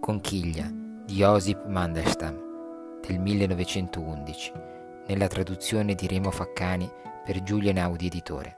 Conchiglia di Josip Mandelstam del 1911, nella traduzione di Remo Faccani per Giulio Einaudi editore.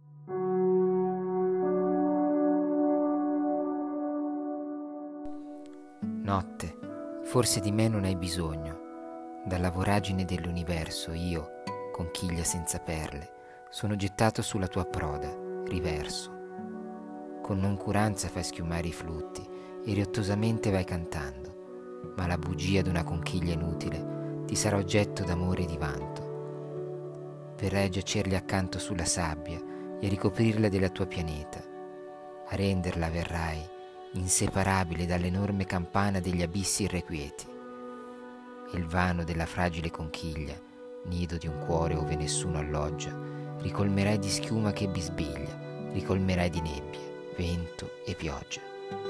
Notte, forse di me non hai bisogno. Dalla voragine dell'universo io, conchiglia senza perle, sono gettato sulla tua proda, riverso. Con noncuranza fai schiumare i flutti e riottosamente vai cantando, ma la bugia d'una conchiglia inutile ti sarà oggetto d'amore e di vanto. Verrai a giacerli accanto sulla sabbia e a ricoprirla della tua pianeta. A renderla verrai, inseparabile dall'enorme campana degli abissi irrequieti. E il vano della fragile conchiglia, nido di un cuore ove nessuno alloggia, ricolmerai di schiuma che bisbiglia, ricolmerai di nebbie, vento e pioggia.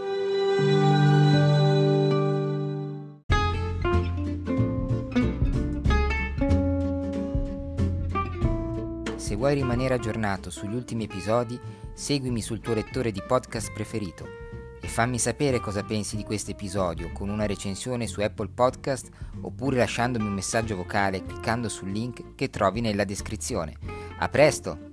Se vuoi rimanere aggiornato sugli ultimi episodi, seguimi sul tuo lettore di podcast preferito e fammi sapere cosa pensi di questo episodio con una recensione su Apple Podcast oppure lasciandomi un messaggio vocale cliccando sul link che trovi nella descrizione. A presto!